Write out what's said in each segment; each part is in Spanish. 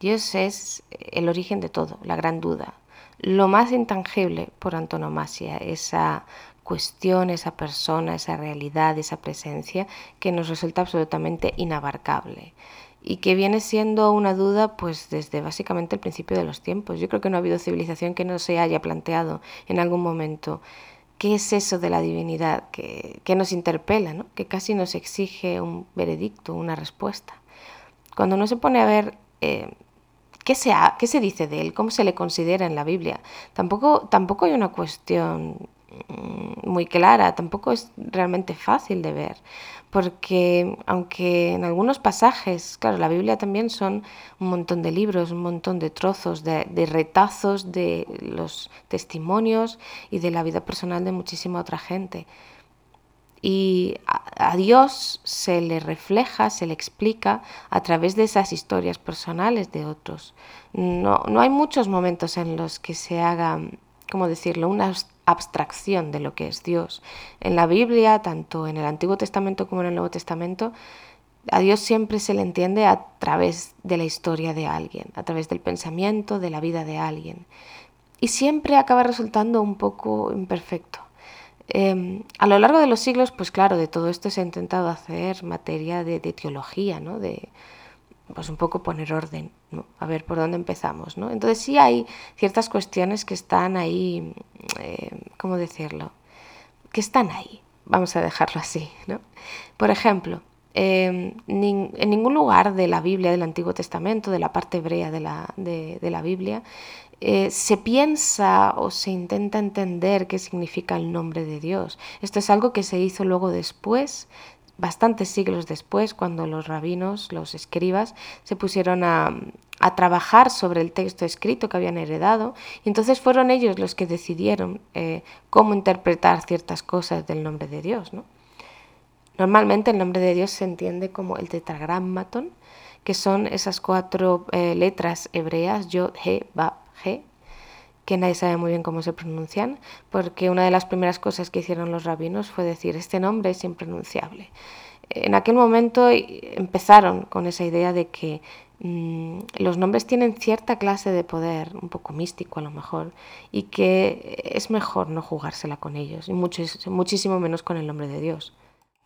Dios es el origen de todo, la gran duda, lo más intangible por antonomasia, esa cuestión, esa persona, esa realidad, esa presencia que nos resulta absolutamente inabarcable y que viene siendo una duda pues desde básicamente el principio de los tiempos. Yo creo que no ha habido civilización que no se haya planteado en algún momento qué es eso de la divinidad que nos interpela, ¿no? Que casi nos exige un veredicto, una respuesta. Cuando uno se pone a ver qué se dice de él, cómo se le considera en la Biblia, tampoco hay una cuestión muy clara, tampoco es realmente fácil de ver, porque aunque en algunos pasajes, claro, la Biblia también son un montón de libros, un montón de trozos, de retazos de los testimonios y de la vida personal de muchísima otra gente. Y a Dios se le refleja, se le explica a través de esas historias personales de otros. No hay muchos momentos en los que se haga, ¿cómo decirlo?, una abstracción de lo que es Dios. En la Biblia, tanto en el Antiguo Testamento como en el Nuevo Testamento, a Dios siempre se le entiende a través de la historia de alguien, a través del pensamiento, de la vida de alguien. Y siempre acaba resultando un poco imperfecto. A lo largo de los siglos, pues claro, de todo esto se ha intentado hacer materia de teología, ¿no? De pues un poco poner orden, ¿no? A ver por dónde empezamos, ¿no? Entonces sí hay ciertas cuestiones que están ahí, ¿cómo decirlo? Que están ahí, vamos a dejarlo así, ¿no? Por ejemplo, en ningún lugar de la Biblia, del Antiguo Testamento, de la parte hebrea de la Biblia, se piensa o se intenta entender qué significa el nombre de Dios. Esto es algo que se hizo luego después, bastantes siglos después, cuando los rabinos, los escribas, se pusieron a trabajar sobre el texto escrito que habían heredado, y entonces fueron ellos los que decidieron cómo interpretar ciertas cosas del nombre de Dios, ¿no? Normalmente el nombre de Dios se entiende como el tetragrammaton, que son esas 4 letras hebreas, Yod, He, Vav, He, que nadie sabe muy bien cómo se pronuncian, porque una de las primeras cosas que hicieron los rabinos fue decir, este nombre es impronunciable. En aquel momento empezaron con esa idea de que los nombres tienen cierta clase de poder, un poco místico a lo mejor, y que es mejor no jugársela con ellos, y muchísimo menos con el nombre de Dios.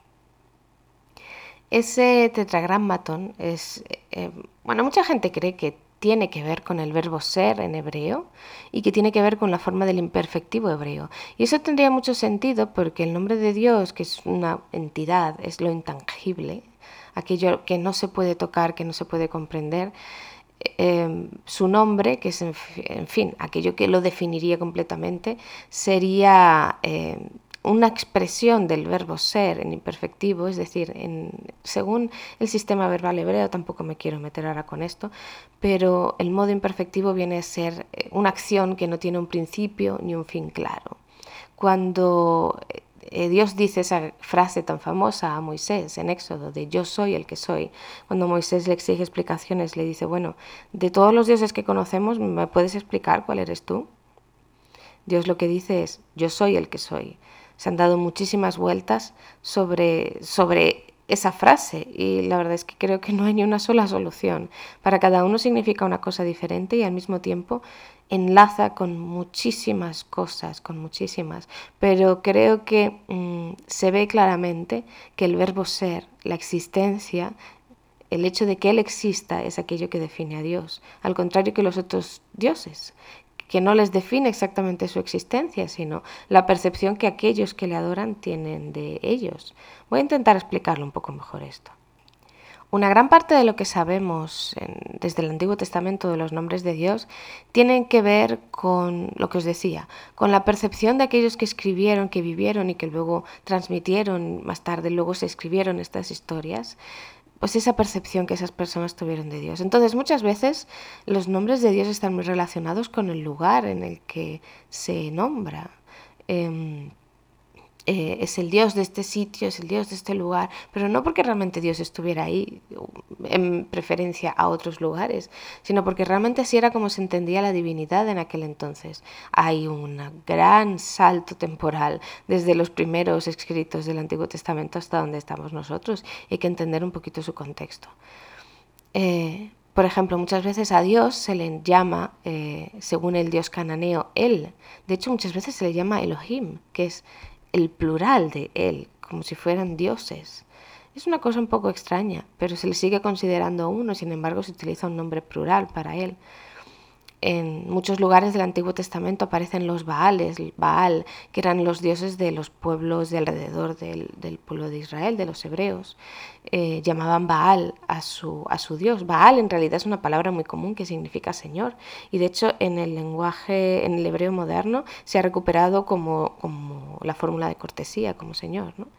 Ese tetragrammaton es, bueno, mucha gente cree que tiene que ver con el verbo ser en hebreo y que tiene que ver con la forma del imperfectivo hebreo. Y eso tendría mucho sentido porque el nombre de Dios, que es una entidad, es lo intangible, aquello que no se puede tocar, que no se puede comprender, su nombre, que es en fin, aquello que lo definiría completamente, sería una expresión del verbo ser en imperfectivo, es decir, según el sistema verbal hebreo, tampoco me quiero meter ahora con esto, pero el modo imperfectivo viene a ser una acción que no tiene un principio ni un fin claro. Cuando Dios dice esa frase tan famosa a Moisés en Éxodo de yo soy el que soy, cuando Moisés le exige explicaciones, le dice, bueno, de todos los dioses que conocemos, ¿me puedes explicar cuál eres tú? Dios lo que dice es, yo soy el que soy. Se han dado muchísimas vueltas sobre esa frase y la verdad es que creo que no hay ni una sola solución. Para cada uno significa una cosa diferente y al mismo tiempo enlaza con muchísimas cosas, con muchísimas, pero creo que se ve claramente que el verbo ser, la existencia, el hecho de que Él exista es aquello que define a Dios, al contrario que los otros dioses, que no les define exactamente su existencia, sino la percepción que aquellos que le adoran tienen de ellos. Voy a intentar explicarlo un poco mejor esto. Una gran parte de lo que sabemos desde el Antiguo Testamento de los nombres de Dios tienen que ver con lo que os decía, con la percepción de aquellos que escribieron, que vivieron y que luego transmitieron, más tarde luego se escribieron estas historias, pues esa percepción que esas personas tuvieron de Dios. Entonces muchas veces los nombres de Dios están muy relacionados con el lugar en el que se nombra. Es el Dios de este sitio, es el Dios de este lugar, pero no porque realmente Dios estuviera ahí en preferencia a otros lugares, sino porque realmente así era como se entendía la divinidad en aquel entonces. Hay un gran salto temporal desde los primeros escritos del Antiguo Testamento hasta donde estamos nosotros. Hay que entender un poquito su contexto. Por ejemplo, muchas veces a Dios se le llama, según el dios cananeo, Él. De hecho, muchas veces se le llama Elohim, que es el plural de Él, como si fueran dioses. Es una cosa un poco extraña, pero se le sigue considerando uno, sin embargo se utiliza un nombre plural para Él. En muchos lugares del Antiguo Testamento aparecen los Baales, Baal, que eran los dioses de los pueblos de alrededor del pueblo de Israel, de los hebreos. Llamaban Baal a su dios. Baal en realidad es una palabra muy común que significa señor, y de hecho en el lenguaje, en el hebreo moderno, se ha recuperado como la fórmula de cortesía, como señor, ¿no?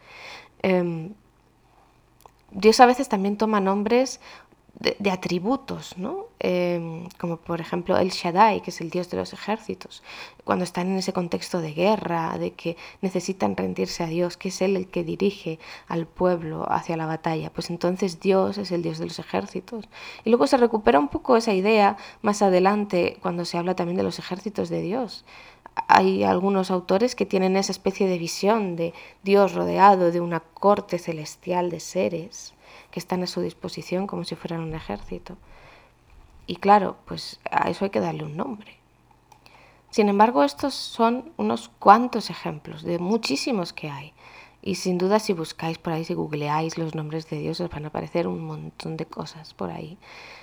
Dios a veces también toma nombres de atributos, ¿no? Como por ejemplo el Shaddai, que es el dios de los ejércitos, cuando están en ese contexto de guerra, de que necesitan rendirse a Dios, que es Él el que dirige al pueblo hacia la batalla, pues entonces Dios es el dios de los ejércitos. Y luego se recupera un poco esa idea más adelante cuando se habla también de los ejércitos de Dios. Hay algunos autores que tienen esa especie de visión de Dios rodeado de una corte celestial de seres que están a su disposición como si fueran un ejército. Y claro, pues a eso hay que darle un nombre. Sin embargo, estos son unos cuantos ejemplos de muchísimos que hay. Y sin duda si buscáis por ahí, si googleáis los nombres de Dios, os van a aparecer un montón de cosas por ahí.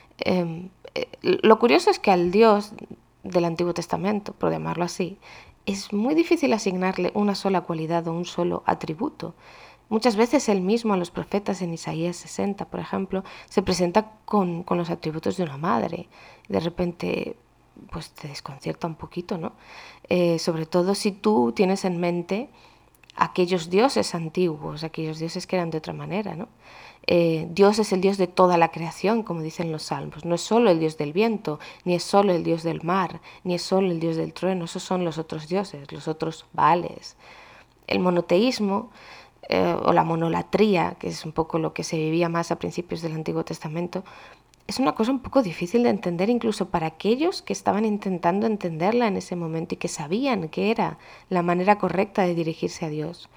Lo curioso es que al Dios del Antiguo Testamento, por llamarlo así, es muy difícil asignarle una sola cualidad o un solo atributo. Muchas veces él mismo a los profetas en Isaías 60, por ejemplo, se presenta con los atributos de una madre. De repente, pues te desconcierta un poquito, ¿no? Sobre todo si tú tienes en mente aquellos dioses antiguos, aquellos dioses que eran de otra manera, ¿no? Dios es el Dios de toda la creación, como dicen los salmos. No es solo el Dios del viento, ni es solo el Dios del mar, ni es solo el Dios del trueno. Esos son los otros dioses, los otros Baales. El monoteísmo o la monolatría, que es un poco lo que se vivía más a principios del Antiguo Testamento, es una cosa un poco difícil de entender incluso para aquellos que estaban intentando entenderla en ese momento y que sabían que era la manera correcta de dirigirse a Dios.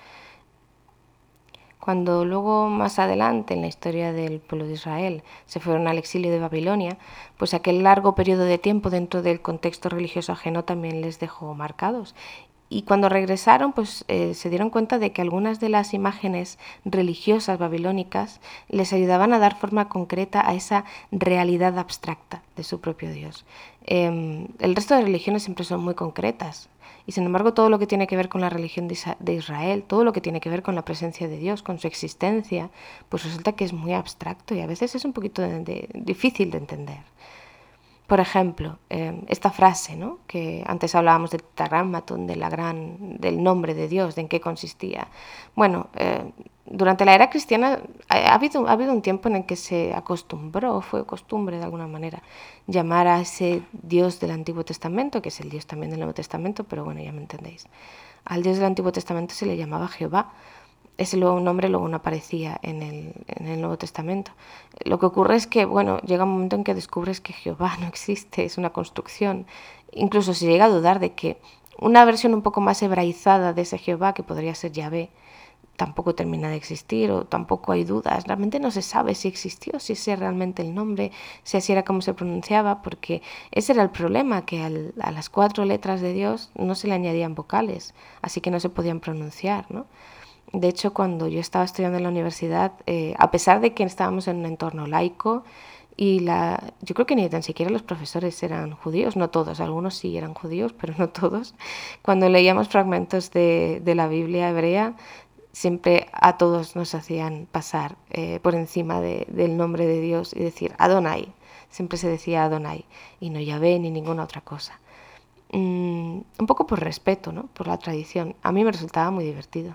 Cuando luego más adelante en la historia del pueblo de Israel se fueron al exilio de Babilonia, pues aquel largo periodo de tiempo dentro del contexto religioso ajeno también les dejó marcados. Y cuando regresaron, pues se dieron cuenta de que algunas de las imágenes religiosas babilónicas les ayudaban a dar forma concreta a esa realidad abstracta de su propio Dios. El resto de religiones siempre son muy concretas. Y sin embargo, todo lo que tiene que ver con la religión de Israel, todo lo que tiene que ver con la presencia de Dios, con su existencia, pues resulta que es muy abstracto y a veces es un poquito difícil de entender. Por ejemplo, esta frase, ¿no? Que antes hablábamos del tetragrámaton, del nombre de Dios, de en qué consistía. Bueno, durante la era cristiana ha habido un tiempo en el que se acostumbró, fue costumbre de alguna manera, llamar a ese Dios del Antiguo Testamento, que es el Dios también del Nuevo Testamento, pero bueno, ya me entendéis. Al Dios del Antiguo Testamento se le llamaba Jehová. Ese nombre luego no aparecía en el Nuevo Testamento. Lo que ocurre es que, bueno, llega un momento en que descubres que Jehová no existe, es una construcción. Incluso se llega a dudar de que una versión un poco más hebraizada de ese Jehová, que podría ser Yahvé, tampoco termina de existir o tampoco hay dudas. Realmente no se sabe si existió, si ese es realmente el nombre, si así era como se pronunciaba, porque ese era el problema, que a las 4 letras de Dios no se le añadían vocales, así que no se podían pronunciar, ¿no? De hecho, cuando yo estaba estudiando en la universidad, a pesar de que estábamos en un entorno laico, yo creo que ni tan siquiera los profesores eran judíos, no todos, algunos sí eran judíos, pero no todos. Cuando leíamos fragmentos de la Biblia hebrea, siempre a todos nos hacían pasar por encima del nombre de Dios y decir Adonai. Siempre se decía Adonai y no Yahvé ni ninguna otra cosa. Un poco por respeto, ¿no? Por la tradición. A mí me resultaba muy divertido.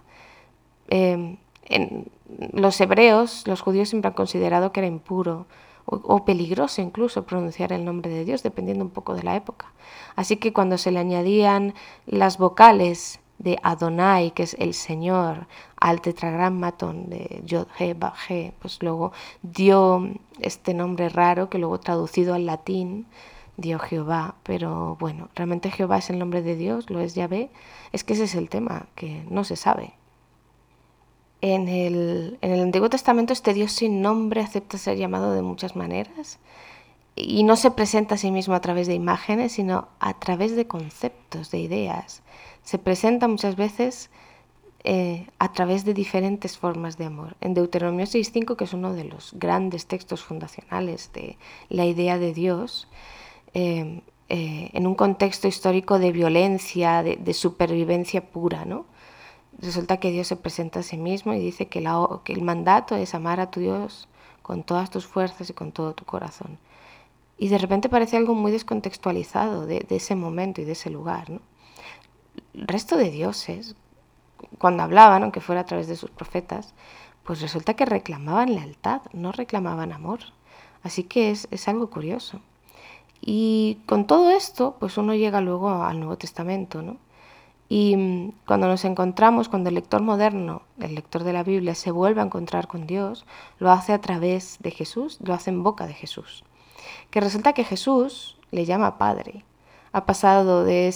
En los hebreos, los judíos siempre han considerado que era impuro o peligroso incluso pronunciar el nombre de Dios, dependiendo un poco de la época. Así que cuando se le añadían las vocales de Adonai, que es el Señor, al tetragrámaton de Yod, He, Vav, He, pues luego dio este nombre raro que luego traducido al latín dio Jehová. Pero bueno, ¿realmente Jehová es el nombre de Dios? ¿Lo es Yahvé? Es que ese es el tema, que no se sabe. En el Antiguo Testamento este Dios sin nombre acepta ser llamado de muchas maneras. y no se presenta a sí mismo a través de imágenes, sino a través de conceptos, de ideas. Se presenta muchas veces a través de diferentes formas de amor. En Deuteronomio 6.5, que es uno de los grandes textos fundacionales de la idea de Dios, en un contexto histórico de violencia, de supervivencia pura, ¿no? Resulta que Dios se presenta a sí mismo y dice que el mandato es amar a tu Dios con todas tus fuerzas y con todo tu corazón. Y de repente parece algo muy descontextualizado de ese momento y de ese lugar, ¿no? El resto de dioses, cuando hablaban, aunque fuera a través de sus profetas, pues resulta que reclamaban lealtad, no reclamaban amor. Así que es algo curioso. Y con todo esto, pues uno llega luego al Nuevo Testamento, ¿no? Y cuando nos encontramos, cuando el lector moderno, el lector de la Biblia, se vuelve a encontrar con Dios, lo hace a través de Jesús, lo hace en boca de Jesús. Que resulta que Jesús le llama Padre. Ha pasado de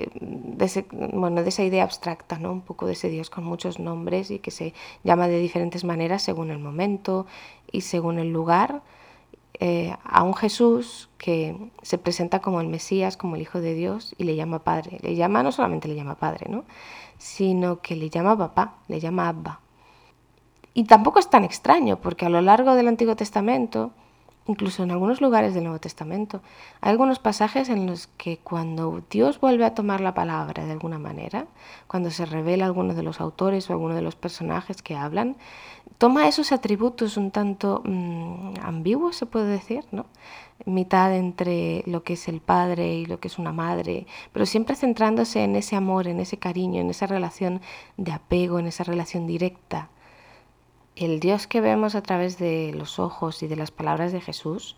esa idea abstracta, ¿no? Un poco de ese Dios con muchos nombres y que se llama de diferentes maneras según el momento y según el lugar, a un Jesús que se presenta como el Mesías, como el Hijo de Dios, y le llama Padre. No solamente le llama Padre, ¿no? Sino que le llama Papá, le llama Abba. Y tampoco es tan extraño, porque a lo largo del Antiguo Testamento, incluso en algunos lugares del Nuevo Testamento, hay algunos pasajes en los que cuando Dios vuelve a tomar la palabra de alguna manera, cuando se revela alguno de los autores o alguno de los personajes que hablan, toma esos atributos un tanto ambiguos, se puede decir, ¿no? Mitad entre lo que es el padre y lo que es una madre, pero siempre centrándose en ese amor, en ese cariño, en esa relación de apego, en esa relación directa. El Dios que vemos a través de los ojos y de las palabras de Jesús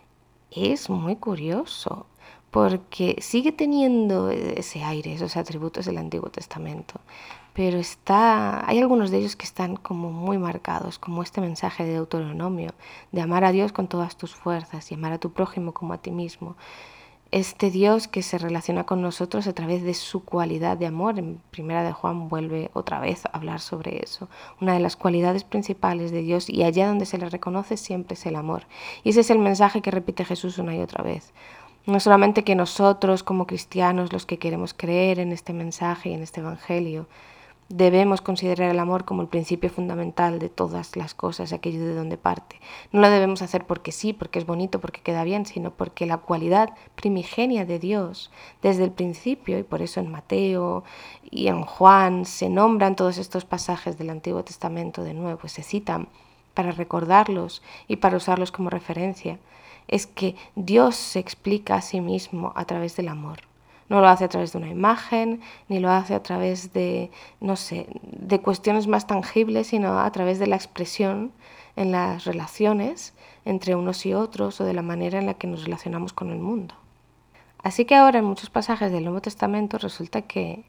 es muy curioso, porque sigue teniendo ese aire, esos atributos del Antiguo Testamento, pero hay algunos de ellos que están como muy marcados, como este mensaje de Deuteronomio, de amar a Dios con todas tus fuerzas y amar a tu prójimo como a ti mismo. Este Dios que se relaciona con nosotros a través de su cualidad de amor. En Primera de Juan vuelve otra vez a hablar sobre eso. Una de las cualidades principales de Dios, y allá donde se le reconoce siempre, es el amor. Y ese es el mensaje que repite Jesús una y otra vez. No solamente que nosotros como cristianos, los que queremos creer en este mensaje y en este evangelio, debemos considerar el amor como el principio fundamental de todas las cosas, aquello de donde parte. No lo debemos hacer porque sí, porque es bonito, porque queda bien, sino porque la cualidad primigenia de Dios desde el principio, y por eso en Mateo y en Juan se nombran todos estos pasajes del Antiguo Testamento de nuevo, se citan para recordarlos y para usarlos como referencia, es que Dios se explica a sí mismo a través del amor. No lo hace a través de una imagen, ni lo hace a través de, no sé, de cuestiones más tangibles, sino a través de la expresión en las relaciones entre unos y otros o de la manera en la que nos relacionamos con el mundo. Así que ahora en muchos pasajes del Nuevo Testamento resulta que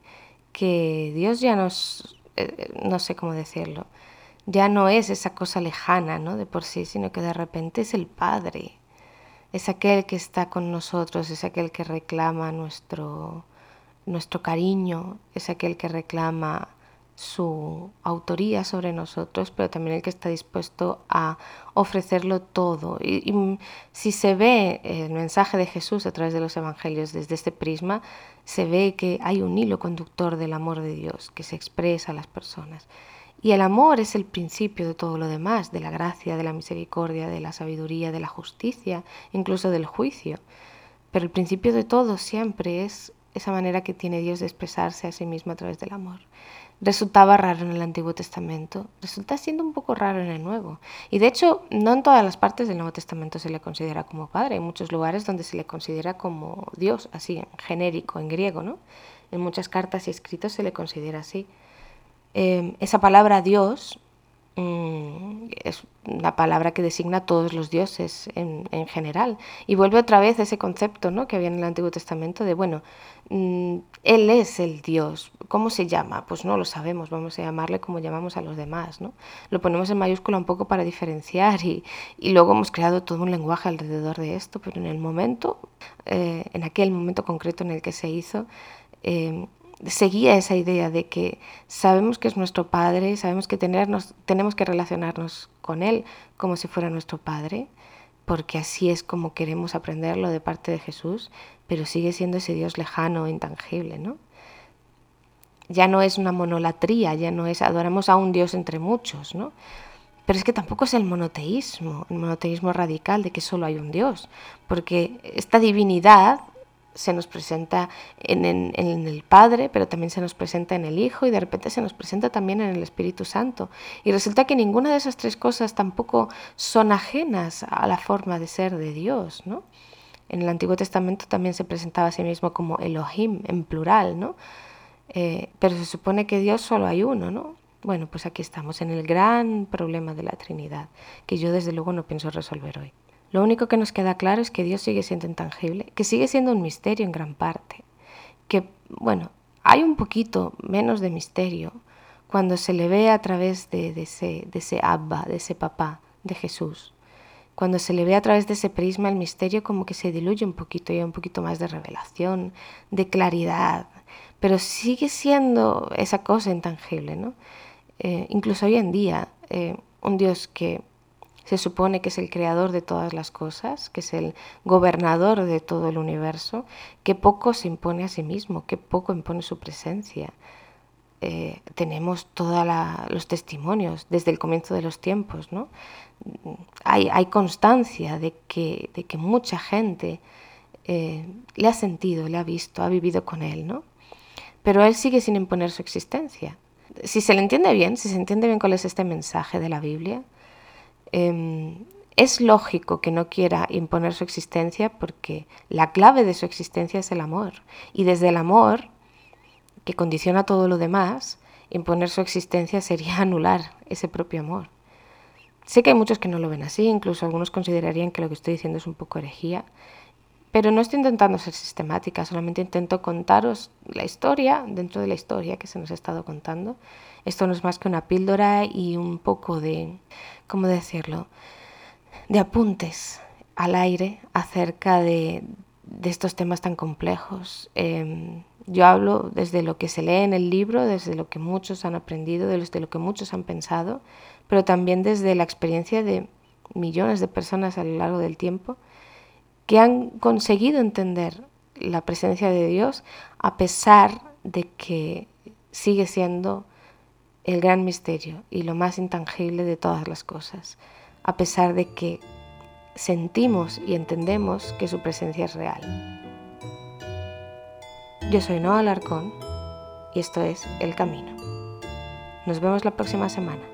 Dios ya no sé cómo decirlo, ya no es esa cosa lejana, ¿no? De por sí, sino que de repente es el Padre. Es aquel que está con nosotros, es aquel que reclama nuestro cariño, es aquel que reclama su autoría sobre nosotros, pero también el que está dispuesto a ofrecerlo todo. Y si se ve el mensaje de Jesús a través de los evangelios desde este prisma, se ve que hay un hilo conductor del amor de Dios que se expresa a las personas. Y el amor es el principio de todo lo demás, de la gracia, de la misericordia, de la sabiduría, de la justicia, incluso del juicio. Pero el principio de todo siempre es esa manera que tiene Dios de expresarse a sí mismo a través del amor. Resultaba raro en el Antiguo Testamento, resulta siendo un poco raro en el Nuevo. Y de hecho, no en todas las partes del Nuevo Testamento se le considera como Padre. Hay muchos lugares donde se le considera como Dios, así, en genérico, en griego, ¿no? En muchas cartas y escritos se le considera así. Esa palabra Dios es la palabra que designa a todos los dioses en general. Y vuelve otra vez ese concepto, ¿no?, que había en el Antiguo Testamento de, bueno, Él es el Dios. ¿Cómo se llama? Pues no lo sabemos, vamos a llamarle como llamamos a los demás, ¿no? Lo ponemos en mayúscula un poco para diferenciar y luego hemos creado todo un lenguaje alrededor de esto, pero en el momento, en aquel momento concreto en el que se hizo, seguía esa idea de que sabemos que es nuestro Padre, sabemos que tenemos que relacionarnos con Él como si fuera nuestro Padre, porque así es como queremos aprenderlo de parte de Jesús, pero sigue siendo ese Dios lejano e intangible, ¿no? Ya no es una monolatría, ya no es adoramos a un Dios entre muchos, ¿no? Pero es que tampoco es el monoteísmo radical de que solo hay un Dios, porque esta divinidad se nos presenta en el Padre, pero también se nos presenta en el Hijo y de repente se nos presenta también en el Espíritu Santo. Y resulta que ninguna de esas tres cosas tampoco son ajenas a la forma de ser de Dios, ¿no? En el Antiguo Testamento también se presentaba a sí mismo como Elohim, en plural, ¿no? Pero se supone que Dios solo hay uno, ¿no? Bueno, pues aquí estamos en el gran problema de la Trinidad, que yo desde luego no pienso resolver hoy. Lo único que nos queda claro es que Dios sigue siendo intangible, que sigue siendo un misterio en gran parte, que, bueno, hay un poquito menos de misterio cuando se le ve a través de ese Abba, de ese papá, de Jesús. Cuando se le ve a través de ese prisma, el misterio como que se diluye un poquito y hay un poquito más de revelación, de claridad, pero sigue siendo esa cosa intangible, ¿no? Incluso hoy en día, un Dios que se supone que es el creador de todas las cosas, que es el gobernador de todo el universo, que poco se impone a sí mismo, que poco impone su presencia. Tenemos todos los testimonios desde el comienzo de los tiempos, ¿no? Hay constancia de que mucha gente le ha sentido, le ha visto, ha vivido con él, ¿no? Pero él sigue sin imponer su existencia. Si se le entiende bien, si se entiende bien cuál es este mensaje de la Biblia, es lógico que no quiera imponer su existencia porque la clave de su existencia es el amor. Y desde el amor, que condiciona todo lo demás, imponer su existencia sería anular ese propio amor. Sé que hay muchos que no lo ven así, incluso algunos considerarían que lo que estoy diciendo es un poco herejía, pero no estoy intentando ser sistemática, solamente intento contaros la historia dentro de la historia que se nos ha estado contando. Esto no es más que una píldora y un poco de, ¿cómo decirlo?, de apuntes al aire acerca de estos temas tan complejos. Yo hablo desde lo que se lee en el libro, desde lo que muchos han aprendido, desde lo que muchos han pensado, pero también desde la experiencia de millones de personas a lo largo del tiempo que han conseguido entender la presencia de Dios a pesar de que sigue siendo el gran misterio y lo más intangible de todas las cosas, a pesar de que sentimos y entendemos que su presencia es real. Yo soy Noa Alarcón y esto es El Camino. Nos vemos la próxima semana.